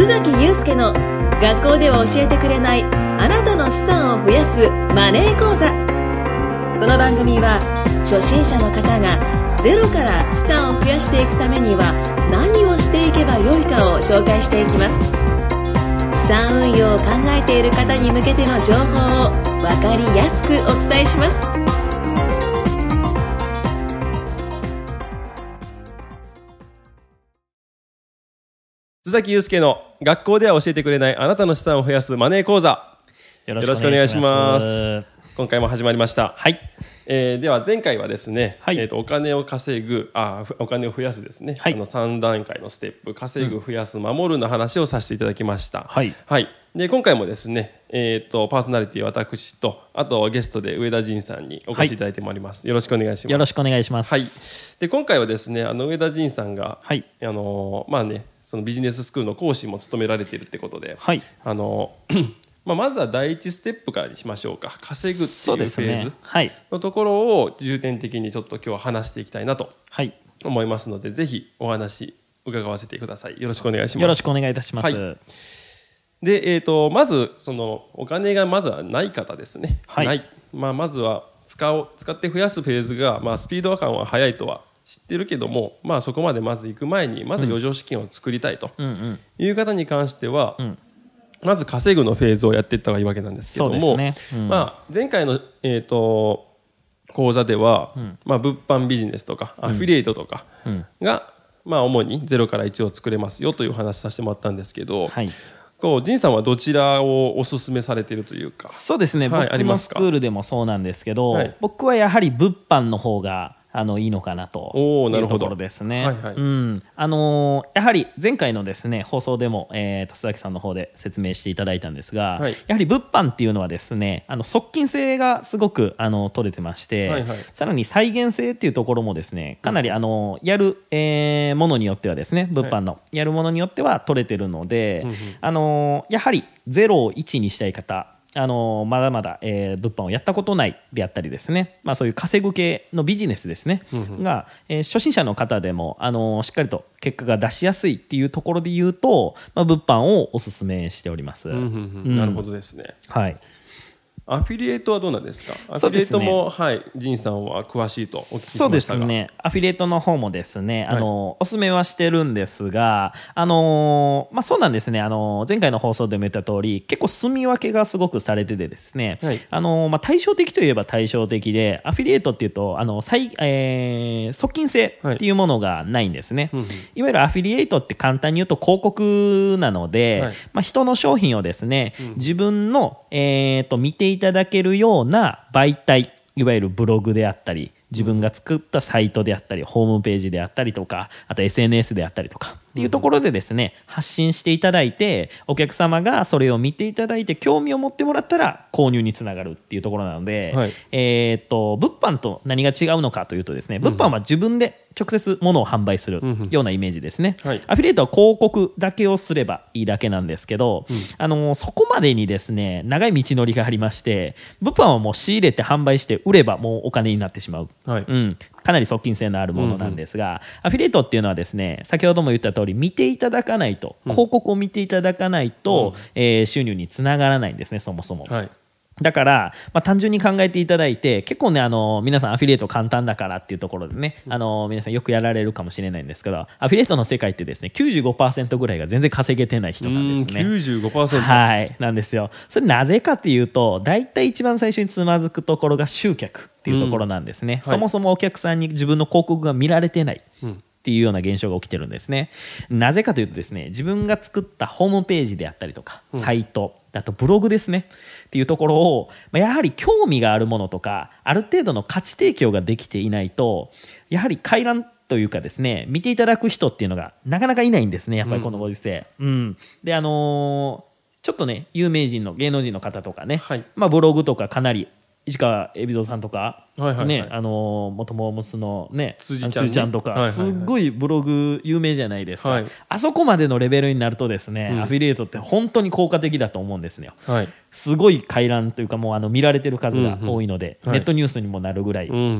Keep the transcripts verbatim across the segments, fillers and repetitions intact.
崎祐介の学校では教えてくれないあなたの資産を増やすマネー講座。この番組は初心者の方がゼロから資産を増やしていくためには何をしていけばよいかを紹介していきます。資産運用を考えている方に向けての情報を分かりやすくお伝えします。 須崎祐介の学校では教えてくれないあなたの資産を増やすマネー講座。よろしくお願いします。今回も始まりました。 はい。 えー、では前回はですね、 はいえーと、お金を稼ぐあお金を増やすですね、 はい、 あのさん段階のステップ、稼ぐ、増やす、守るの話をさせていただきました。 はい、 はい、で今回もですね、えーと、パーソナリティ私とあとゲストで上田仁さんにお越しいただいてまいります。はい、よろしくお願いします。 よろしくお願いします。 はい、で今回はですね、あの上田仁さんが、 はい、 あのまあね、そのビジネススクールの講師も務められているってことで、 はい、 あのまあ、まずは第一ステップからにしましょうか。稼ぐっていうフェーズのところを重点的にちょっと今日は話していきたいなと思いますので、はい、ぜひお話伺わせてください。よろしくお願いします。 よろしくお願いいたします。 はい、で、えーと、まずそのお金がまずはない方ですね、はい、ない、まあ、まずは使おう使って増やすフェーズが、まあ、スピード感は速いとは知ってるけども、まあ、そこまでまず行く前にまず余剰資金を作りたいという方に関しては、うんうんうん、まず稼ぐのフェーズをやっていった方がいいわけなんですけども、ね、うん、まあ、前回の、えーと、講座では、うん、まあ、物販ビジネスとかアフィリエイトとかが、うん、まあ、主にゼロからいちを作れますよという話させてもらったんですけど、はい、こう仁さんはどちらをお勧めされているというか。 そうですね、はい、僕のスクールでもそうなんですけど、はい、僕はやはり物販の方があのいいのかなというところですね。はいはい、うん、あのー、やはり前回のですね放送でも、えー、須崎さんの方で説明していただいたんですが、はい、やはり物販っていうのはですね、あの側近性がすごくあの取れてまして、はいはい、さらに再現性っていうところもですねかなりあのやる、えー、ものによってはですね、物販のやるものによっては取れてるので、はい、あのー、やはりゼロをいちにしたい方、あのまだまだ、えー、物販をやったことないであったりですね、まあ、そういう稼ぐ系のビジネスですね、うんうん、が、えー、初心者の方でも、あのしっかりと結果が出しやすいっていうところで言うと、まあ、物販をお勧めしております。うんうんうん、なるほどですね。 はい。 アフィリエイトはどうなんですか。アフィリエイトも、ね、はい、仁さんは詳しいとお聞きしましたが。 そうですね、アフィリエイトの方もですね、あの、はい、おすすめはしてるんですが、あのまあ、そうなんですね、あの前回の放送でも言った通り結構住み分けがすごくされててですね、はい、あのまあ、対照的といえば対照的で、アフィリエイトっていうとあの再、えー、側近性っていうものがないんですね、はい、いわゆるアフィリエイトって簡単に言うと広告なので、はい、まあ、人の商品をですね、うん、自分の、えー、と見ていただけるような媒体、いわゆるブログであったり自分が作ったサイトであったりホームページであったりとか、あと エスエヌエス であったりとかっていうところでですね、発信していただいて、お客様がそれを見ていただいて興味を持ってもらったら購入につながるっていうところなので、はい、えー、と物販と何が違うのかというとですね、物販は自分で直接物を販売するようなイメージですね、うんうん、はい、アフィリエイトは広告だけをすればいいだけなんですけど、うん、あのそこまでにですね長い道のりがありまして、物販はもう仕入れて販売して売ればもうお金になってしまう、はい、うん、かなり側近性のあるものなんですが、うんうん、アフィリエイトっていうのはですね、先ほども言った通り見ていただかないと、広告を見ていただかないと、うん、えー、収入につながらないんですね、そもそも、はい、だから、まあ、単純に考えていただいて、結構ね、あの皆さんアフィリエイト簡単だからっていうところでね、あの皆さんよくやられるかもしれないんですけど、アフィリエイトの世界ってですね きゅうじゅうごパーセント ぐらいが全然稼げてない人なんですね。 きゅうじゅうごパーセント、 はい、なんですよ。それなぜかっていうと、だいたい一番最初につまずくところが集客っていうところなんですね、うん、はい、そもそもお客さんに自分の広告が見られてない、うん、っていうような現象が起きてるんですね。なぜかというとですね、自分が作ったホームページであったりとかサイト、うん、あとブログですねっていうところを、やはり興味があるものとかある程度の価値提供ができていないと、やはり回覧というかですね、見ていただく人っていうのがなかなかいないんですね、やっぱりこのご時世、うんうん、であのー、ちょっとね有名人の芸能人の方とかね、はい、まあ、ブログとかかなり市川海老蔵さんとか、はいはいはい、ね、あの元モームスのね辻ちゃん、ね、 辻ちゃんとか、はいはいはい、すごいブログ有名じゃないですか、はい、あそこまでのレベルになるとですね、うん、アフィリエイトって本当に効果的だと思うんですね、はい、すごい回覧というか、もうあの見られてる数が多いので、うんうん、ネットニュースにもなるぐらい、はい、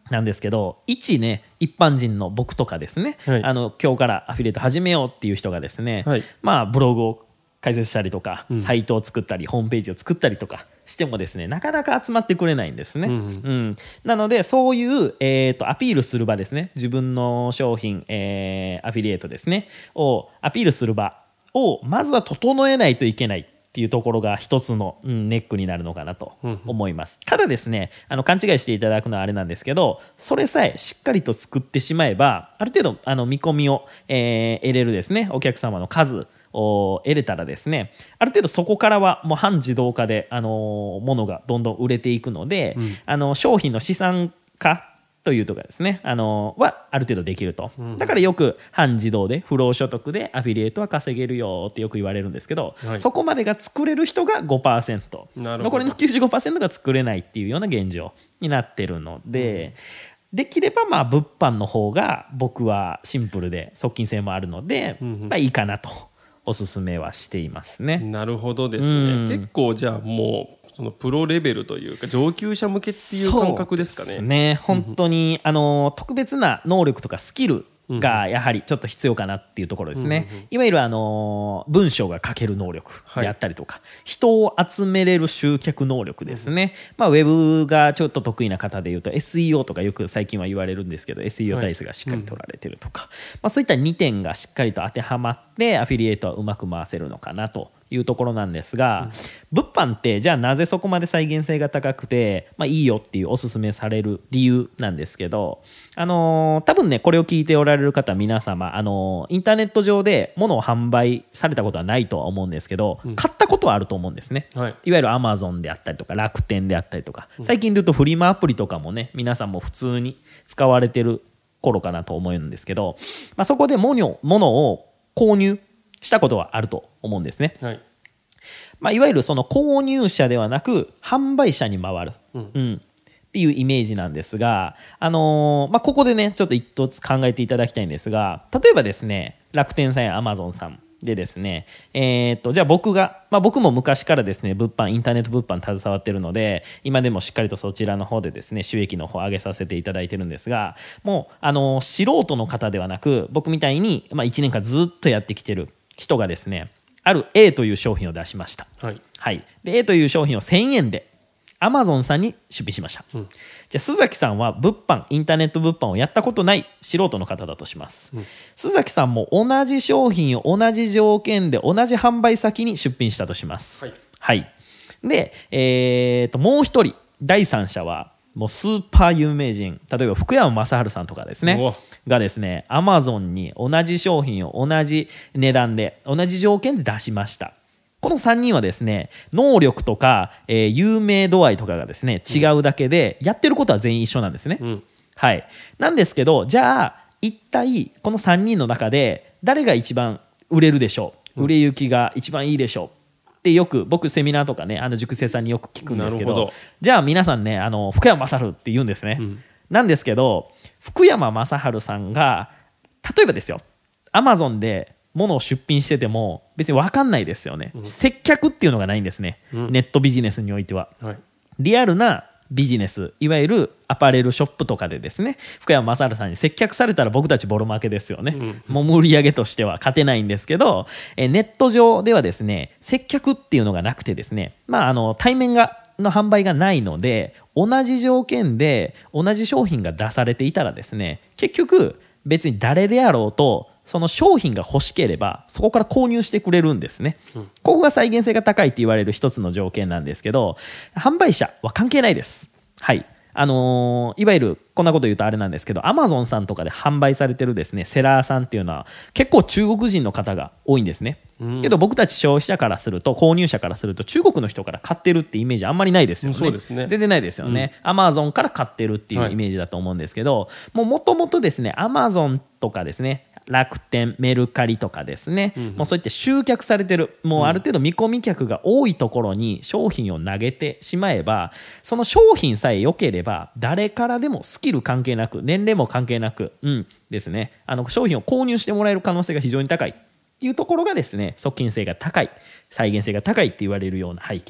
なんですけど、一ね一般人の僕とかですね、はい、あの今日からアフィリエイト始めようっていう人がですね、はい、まあブログを開設したりとか、うん、サイトを作ったりホームページを作ったりとかしてもですね、なかなか集まってくれないんですね、うんうんうん、なのでそういう、えーと、アピールする場ですね、自分の商品、えー、アフィリエイトですねをアピールする場をまずは整えないといけないっていうところが一つの、うん、ネックになるのかなと思います、うんうん、ただですね、あの勘違いしていただくのはあれなんですけど、それさえしっかりと作ってしまえばある程度あの見込みを、えー、得れるですね、お客様の数を得れたらですね、ある程度そこからはもう半自動化で、あの物がどんどん売れていくので、うん、あの商品の資産化というとかですね、あのはある程度できると、うん、だからよく半自動で不労所得でアフィリエイトは稼げるよってよく言われるんですけど、はい、そこまでが作れる人が ごパーセント、 残りの きゅうじゅうごパーセント が作れないっていうような現状になってるので、うん、できればまあ物販の方が僕はシンプルで側近性もあるので、うんうん、まあいいかなとおすすめはしていますね。 なるほどですね、うん、結構じゃあもうそのプロレベルというか上級者向けっていう感覚ですかね。 そうですね、本当に、うん、あの特別な能力とかスキルがやはりちょっと必要かなっていうところですね、うんうん、いわゆるあの文章が書ける能力であったりとか、はい、人を集めれる集客能力ですね、うんまあ、ウェブがちょっと得意な方でいうと エスイーオー とかよく最近は言われるんですけど エスイーオー 体制がしっかり取られてるとか、はいうんまあ、そういったにてんがしっかりと当てはまってアフィリエイトはうまく回せるのかなというところなんですが、うん、物販ってじゃあなぜそこまで再現性が高くて、まあ、いいよっていうおすすめされる理由なんですけど、あのー、多分ねこれを聞いておられる方皆様、あのー、インターネット上で物を販売されたことはないとは思うんですけど、うん、買ったことはあると思うんですね、はい、いわゆる Amazon であったりとか楽天であったりとか、うん、最近で言うとフリマアプリとかもね皆さんも普通に使われてる頃かなと思うんですけど、まあ、そこで物を、物を購入したことはあると思うんですね、はいまあ、いわゆるその購入者ではなく販売者に回る、うんうん、っていうイメージなんですが、あのーまあ、ここでねちょっと一つ考えていただきたいんですが、例えばですね楽天さんやアマゾンさんでですね、えー、っとじゃあ僕が、まあ、僕も昔からですね物販インターネット物販携わってるので今でもしっかりとそちらの方でですね収益の方を上げさせていただいてるんですが、もうあのー、素人の方ではなく僕みたいに、まあ、いちねんかんずっとやってきてる人がですねある A という商品を出しました、はいはい、で A という商品をせんえんで Amazon さんに出品しました、うん、じゃあ須崎さんは物販インターネット物販をやったことない素人の方だとします、うん、須崎さんも同じ商品を同じ条件で同じ販売先に出品したとします、はいはい、で、えー、ともう一人第三者はもうスーパー有名人、例えば福山雅治さんとかですねがですねアマゾンに同じ商品を同じ値段で同じ条件で出しました。このさんにんはですね能力とか、えー、有名度合いとかがですね違うだけで、うん、やってることは全員一緒なんですね、うんはい、なんですけどじゃあ一体このさんにんの中で誰が一番売れるでしょう、うん、売れ行きが一番いいでしょうってよく僕セミナーとかねあの塾生さんによく聞くんですけ ど, どじゃあ皆さんねあの福山雅治って言うんですね、うん、なんですけど福山雅治さんが例えばですよアマゾンで物を出品してても別に分かんないですよね、うん、接客っていうのがないんですね、うん、ネットビジネスにおいては、はい、リアルなビジネスいわゆるアパレルショップとかでですね福山雅治さんに接客されたら僕たちボロ負けですよね、うん、もう売り上げとしては勝てないんですけどえネット上ではですね接客っていうのがなくてですね、まあ、あの対面がの販売がないので同じ条件で同じ商品が出されていたらですね結局別に誰であろうとその商品が欲しければそこから購入してくれるんですね、うん、ここが再現性が高いと言われる一つの条件なんですけど販売者は関係ないです。はいあのー、いわゆるこんなこと言うとあれなんですけど Amazon さんとかで販売されてるですねセラーさんっていうのは結構中国人の方が多いんですね、うん、けど僕たち消費者からすると購入者からすると中国の人から買ってるってイメージあんまりないですよね、うん、そうですね全然ないですよね、うん、Amazon から買ってるっていうイメージだと思うんですけど、はい、もともとですね Amazon とかですね楽天メルカリとかですね、うんうん、もうそういって集客されてるもうある程度見込み客が多いところに商品を投げてしまえばその商品さえ良ければ誰からでもスキル関係なく年齢も関係なく、うんですね、あの商品を購入してもらえる可能性が非常に高いっていうところがですね側近性が高い再現性が高いって言われるような背景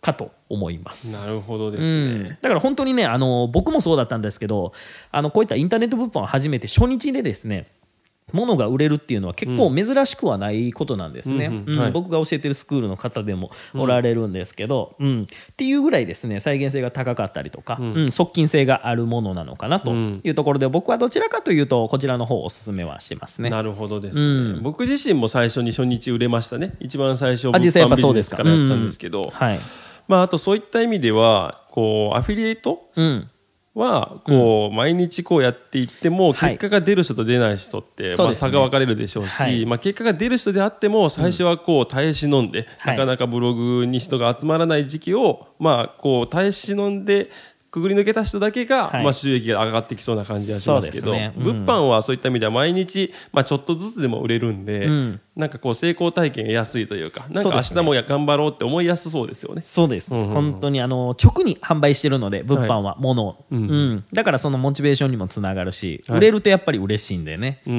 かと思います。 なるほどですね、 うん、だから本当にねあの僕もそうだったんですけど、あのこういったインターネット物販を始めて初日でですね物が売れるっていうのは結構珍しくはないことなんですね。僕が教えてるスクールの方でもおられるんですけど、うんうん、っていうぐらいですね再現性が高かったりとか、うんうん、側近性があるものなのかなというところで、僕はどちらかというとこちらの方をおすすめはしてますね。 なるほどですね、うん、僕自身も最初に初日売れましたね。一番最初物販ビジネスからやったんですけど、はいまあ、あとそういった意味ではこうアフィリエイト、うんはこう毎日こうやっていっても結果が出る人と出ない人ってまあ差が分かれるでしょうし、まあ結果が出る人であっても最初はこう耐え忍んでなかなかブログに人が集まらない時期をまあこう耐え忍んでくぐり抜けた人だけがまあ収益が上がってきそうな感じはしますけど、物販はそういった意味では毎日まあちょっとずつでも売れるんで、なんかこう成功体験得やすいというか、なんか明日も頑張ろうって思いやすそうですよね。 そうです、うんうんうん、本当にあの直に販売してるので物販は物を、はいうんうん、だからそのモチベーションにもつながるし、はい、売れるとやっぱり嬉しいんでね、うんうん、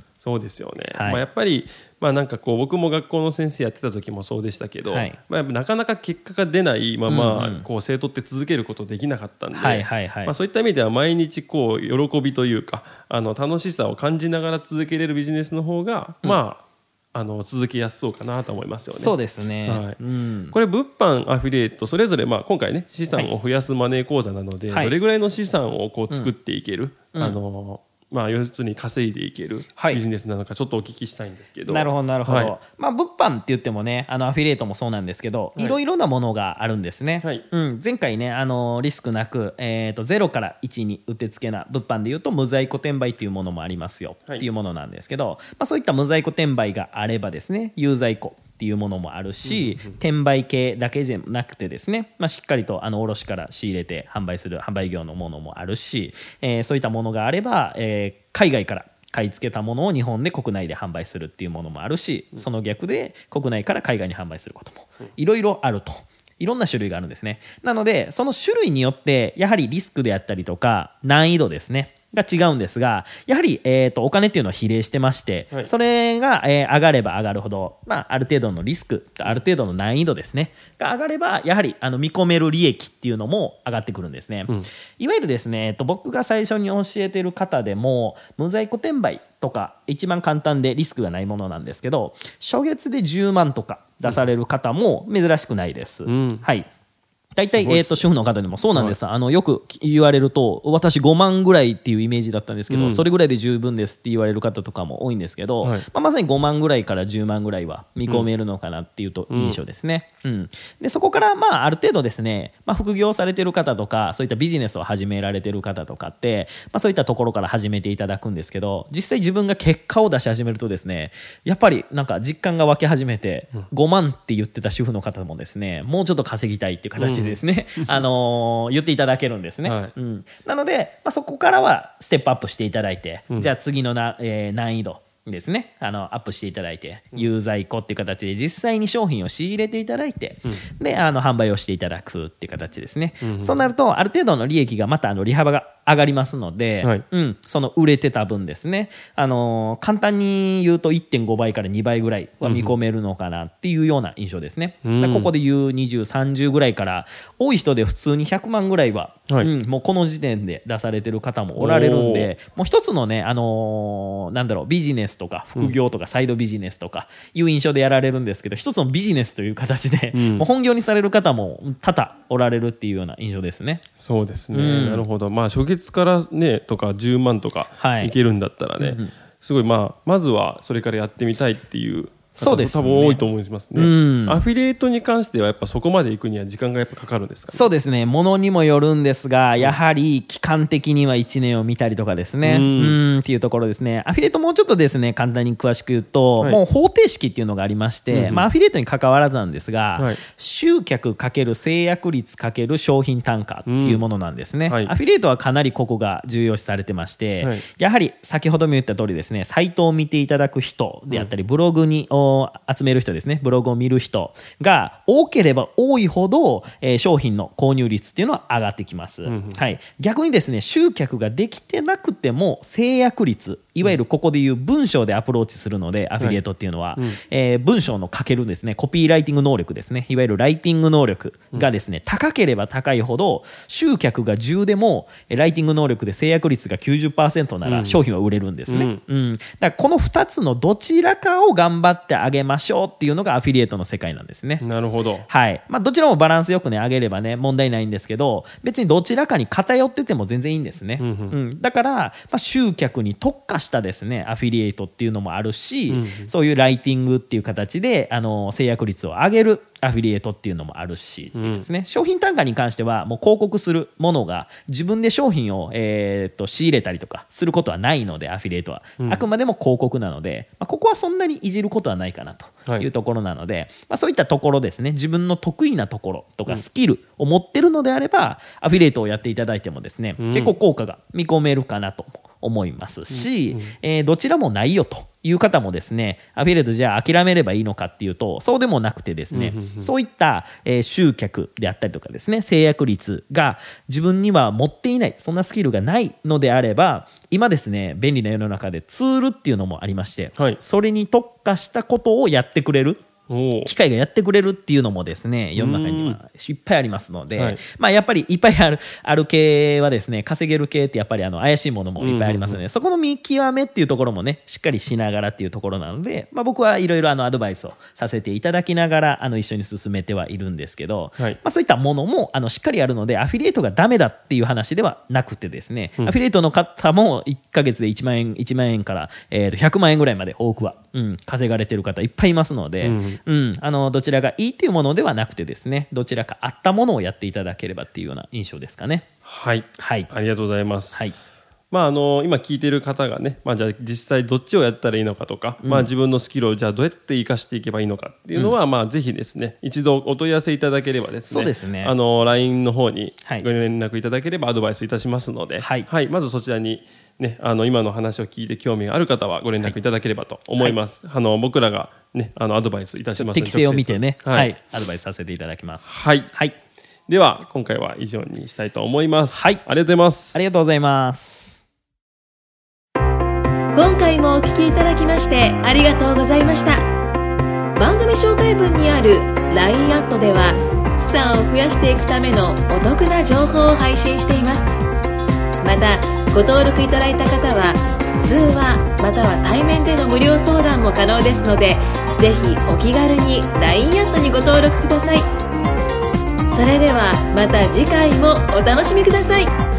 そうですよね、はいまあ、やっぱりまあなんかこう僕も学校の先生やってた時もそうでしたけど、はいまあ、やっぱなかなか結果が出ないままこう生徒って続けることできなかったんで、はいはいはいまあ、そういった意味では毎日こう喜びというかあの楽しさを感じながら続けれるビジネスの方が、うん、まああの続きやすそうかなと思いますよね。 そうですね、 はいうん、これ物販アフィリエイトそれぞれまあ今回ね資産を増やすマネー講座なので、はい、どれぐらいの資産をこう作っていける、うん、あのまあ、要するに稼いでいけるビジネスなのかちょっとお聞きしたいんですけど、 はい、なるほどなるほど、はいまあ、物販って言ってもねあのアフィリエイトもそうなんですけど、はい、いろいろなものがあるんですね、はいうん、前回ねあのリスクなく、えー、とゼロからいちにうってつけな物販でいうと無在庫転売っていうものもありますよ、はい、っていうものなんですけど、まあ、そういった無在庫転売があればですね有在庫っていうものもあるし、うんうん、転売系だけじゃなくてですね、まあ、しっかりとあの卸から仕入れて販売する販売業のものもあるし、えー、そういったものがあれば、えー、海外から買い付けたものを日本で国内で販売するっていうものもあるし、その逆で国内から海外に販売することもいろいろあると。いろんな種類があるんですね。なのでその種類によってやはりリスクであったりとか難易度ですねが違うんですが、やはり、えーと、お金っていうのは比例してまして、はい、それが、えー、上がれば上がるほど、まあ、ある程度のリスク、ある程度の難易度ですねが上がれば、やはりあの見込める利益っていうのも上がってくるんですね、うん、いわゆるですね、えーと、僕が最初に教えている方でも無在庫転売とか一番簡単でリスクがないものなんですけど、初月でじゅうまんとか出される方も珍しくないです、うん、はい大体、えーと主婦の方でもそうなんです、はい、あのよく言われると私ごまんぐらいっていうイメージだったんですけど、うん、それぐらいで十分ですって言われる方とかも多いんですけど、はいまあ、まさにごまんぐらいからじゅうまんぐらいは見込めるのかなっていうと印象ですね、うんうん、でそこからまあある程度ですね、まあ、副業されてる方とかそういったビジネスを始められてる方とかって、まあ、そういったところから始めていただくんですけど、実際自分が結果を出し始めるとですねやっぱりなんか実感が湧き始めて、うん、ごまんって言ってた主婦の方もですねもうちょっと稼ぎたいっていう形でですね、うんあのー、言っていただけるんですね、はいうん、なので、まあ、そこからはステップアップしていただいて、うん、じゃあ次のな、えー、難易度ですねあのアップしていただいて、うん、有在庫っていう形で実際に商品を仕入れていただいて、うん、であの販売をしていただくっていう形ですね、うんうん、そうなるとある程度の利益がまたあの利幅が上がりますので、はいうん、その売れてた分ですね、あのー、簡単に言うと いってんご 倍からにばいぐらいは見込めるのかなっていうような印象ですね、うん、ここで言うにじゅう、さんじゅうぐらいから多い人で普通にひゃくまんぐらいは、はいうん、もうこの時点で出されてる方もおられるんで、もう一つのね、あのー、なんだろうビジネスとか副業とかサイドビジネスとかいう印象でやられるんですけど、一つのビジネスという形で、うん、もう本業にされる方も多々おられるっていうような印象ですね。 そうですね、うん、なるほど。まあ初月からねとかじゅうまんとかいけるんだったらね、はいうんうん、すごいまあまずはそれからやってみたいっていうそうですね、多分多いと思いますね、うん、アフィリエイトに関してはやっぱそこまで行くには時間がやっぱかかるんですか、ね、 そうですね、ものにもよるんですが、やはり期間的にはいちねんを見たりとかですね、うん、うんっていうところですね。アフィリエイトもうちょっとですね簡単に詳しく言うと、はい、もう方程式っていうのがありまして、うんまあ、アフィリエイトに関わらずなんですが、はい、集客×制約率×商品単価っていうものなんですね、うんはい、アフィリエイトはかなりここが重要視されてまして、はい、やはり先ほども言った通りですねサイトを見ていただく人であったり、うん、ブログにを集める人ですね、ブログを見る人が多ければ多いほど、えー、商品の購入率っていうのは上がってきます、うんうん、はい、逆にですね集客ができてなくても制約率、いわゆるここでいう文章でアプローチするので、アフィリエイトっていうのは、はい、うん、えー、文章の書けるですねコピーライティング能力ですね、いわゆるライティング能力がですね、うん、高ければ高いほど集客がじゅうでもライティング能力で制約率が きゅうじゅっパーセント なら商品は売れるんですね、うんうん、だからこのふたつのどちらかを頑張ってあげましょうっていうのがアフィリエイトの世界なんですね。 なるほど、 はい、まあ、どちらもバランスよくね上げればね問題ないんですけど、別にどちらかに偏ってても全然いいんですね、うんうんうん、だから、まあ、集客に特化したですねアフィリエイトっていうのもあるし、うんうん、そういうライティングっていう形であの制約率を上げるアフィリエイトっていうのもあるしっていうですね、うん、商品単価に関してはもう広告するものが自分で商品を、えー、と仕入れたりとかすることはないので、アフィリエイトは、うん、あくまでも広告なので、まあ、ここはそんなにいじることはないかなというところなので、はい、まあ、そういったところですね、自分の得意なところとかスキルを持ってるのであれば、うん、アフィリエイトをやっていただいてもですね、うん、結構効果が見込めるかなと思いますし、うんうん、えー、どちらもないよという方もですね、アフィリエイトじゃあ諦めればいいのかっていうとそうでもなくてですね、うんうんうん、そういった、えー、集客であったりとかですね、制約率が自分には持っていない、そんなスキルがないのであれば、今ですね便利な世の中でツールっていうのもありまして、はい、それに特化したことをやってくれる機械がやってくれるっていうのもですね世の中にはいっぱいありますので、はい、まあ、やっぱりいっぱいある、ある系はですね稼げる系ってやっぱりあの怪しいものもいっぱいありますので、うんうんうん、そこの見極めっていうところもねしっかりしながらっていうところなので、まあ、僕はいろいろあのアドバイスをさせていただきながらあの一緒に進めてはいるんですけど、はい、まあ、そういったものもあのしっかりあるので、アフィリエイトがダメだっていう話ではなくてですね、うん、アフィリエイトの方もいっかげつでいちまんえんいちまんえんから、えー、とひゃくまんえんぐらいまで多くは、うん、稼がれてる方いっぱいいますので、うんうん、あのどちらがいいというものではなくてですね、どちらか合ったものをやっていただければっていうような印象ですかね。 はい、はい、ありがとうございます。 はい、 まあ、あの今聞いている方がね、まあ、じゃあ実際どっちをやったらいいのかとか、うん、まあ、自分のスキルをじゃあどうやって生かしていけばいいのかっていうのは、うん、まあ、ぜひですね一度お問い合わせいただければですね、 そうですね、 あの ライン の方にご連絡いただければアドバイスいたしますので、はいはい、まずそちらにね、あの今の話を聞いて興味がある方はご連絡いただければと思います、はい、あの僕らが、ね、あのアドバイスいたしますので適性を見てね、はいはい、アドバイスさせていただきます。 はい、はい、では今回は以上にしたいと思います。 はい、 ありがとうございます。 ありがとうございます。 今回もお聞きいただきましてありがとうございました。番組紹介文にある ライン アットでは資産を増やしていくためのお得な情報を配信しています。またご登録いただいた方は通話または対面での無料相談も可能ですので、ぜひお気軽に ライン アットにご登録ください。それではまた次回もお楽しみください。